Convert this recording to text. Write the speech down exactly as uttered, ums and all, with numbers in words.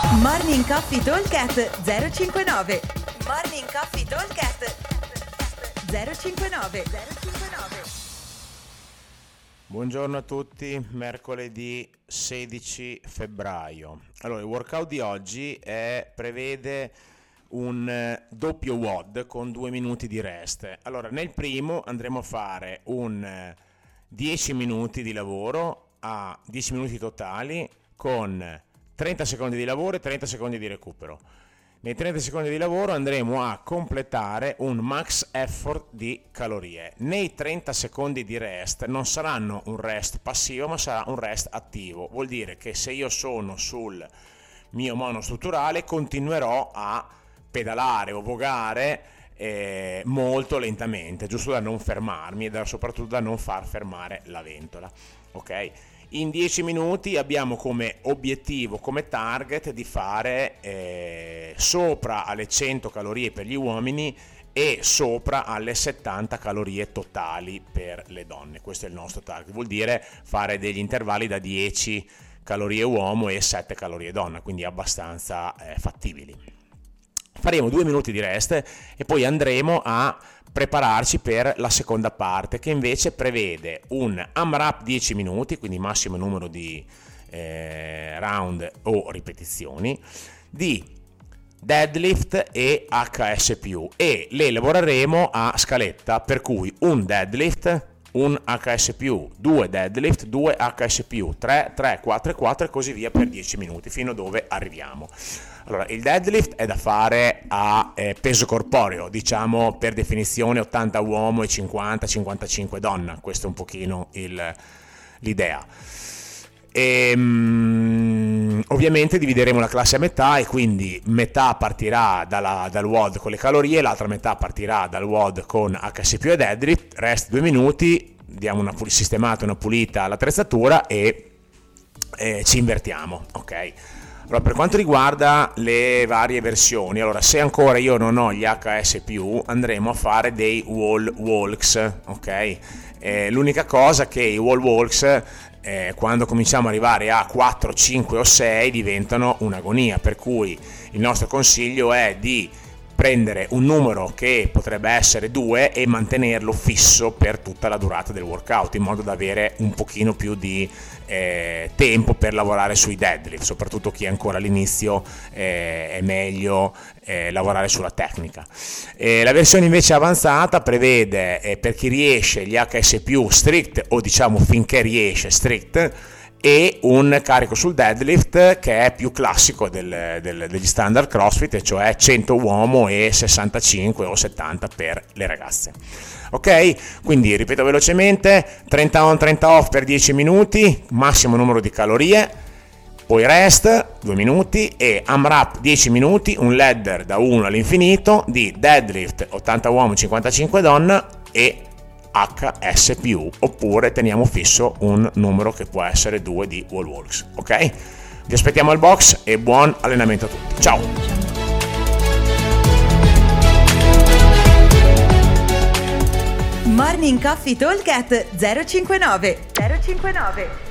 Morning Coffee Talkcast zero cinquantanove. Morning Coffee Talkcast zero cinquantanove. Buongiorno a tutti, mercoledì sedici febbraio. Allora, il workout di oggi è, prevede un eh, doppio W O D con due minuti di rest. Allora, nel primo andremo a fare un eh, dieci minuti di lavoro a dieci minuti totali con trenta secondi di lavoro e trenta secondi di recupero. Nei trenta secondi di lavoro andremo a completare un max effort di calorie. Nei trenta secondi di rest non saranno un rest passivo, ma sarà un rest attivo. Vuol dire che se io sono sul mio monostrutturale continuerò a pedalare o vogare eh, molto lentamente, giusto da non fermarmi e da, soprattutto da non far fermare la ventola. Ok? In dieci minuti abbiamo come obiettivo, come target, di fare eh, sopra alle cento calorie per gli uomini e sopra alle settanta calorie totali per le donne. Questo è il nostro target, vuol dire fare degli intervalli da dieci calorie uomo e sette calorie donna, quindi abbastanza eh, fattibili. Faremo due minuti di rest e poi andremo a prepararci per la seconda parte, che invece prevede un AMRAP dieci minuti, quindi massimo numero di eh, round o ripetizioni, di deadlift e H S più, e le lavoreremo a scaletta, per cui un deadlift, un H S più, due deadlift, due H S più, tre, tre, quattro e quattro e così via per dieci minuti, fino a dove arriviamo. Allora, il deadlift è da fare a eh, peso corporeo, diciamo per definizione ottanta uomo e cinquanta cinquantacinque donna, questa è un pochino il, l'idea. E, um, ovviamente divideremo la classe a metà e quindi metà partirà dalla, dal W O D con le calorie, l'altra metà partirà dal W O D con H S più e deadlift, rest due minuti, diamo una pul- sistemata, una pulita all'attrezzatura e eh, ci invertiamo, ok? Allora, per quanto riguarda le varie versioni, allora se ancora io non ho gli H S più, andremo a fare dei wall walks, ok? Eh, l'unica cosa che i wall walks, eh, quando cominciamo ad arrivare a quattro, cinque o sei, diventano un'agonia, per cui il nostro consiglio è di prendere un numero che potrebbe essere due e mantenerlo fisso per tutta la durata del workout, in modo da avere un pochino più di eh, tempo per lavorare sui deadlift. Soprattutto chi è ancora all'inizio eh, è meglio eh, lavorare sulla tecnica. Eh, la versione invece avanzata prevede eh, per chi riesce gli H S più strict, o diciamo finché riesce strict, e un carico sul deadlift che è più classico del, del, degli standard CrossFit, e cioè cento uomo e sessantacinque o settanta per le ragazze. Ok, quindi ripeto velocemente: trenta on trenta off per dieci minuti, massimo numero di calorie, poi rest due minuti e AMRAP dieci minuti, un ladder da uno all'infinito di deadlift ottanta uomo cinquantacinque donna e H S più, oppure teniamo fisso un numero che può essere due di wall walks. Ok? Vi aspettiamo al box e buon allenamento a tutti. Ciao! Morning Coffee Talkcast zero cinquantanove.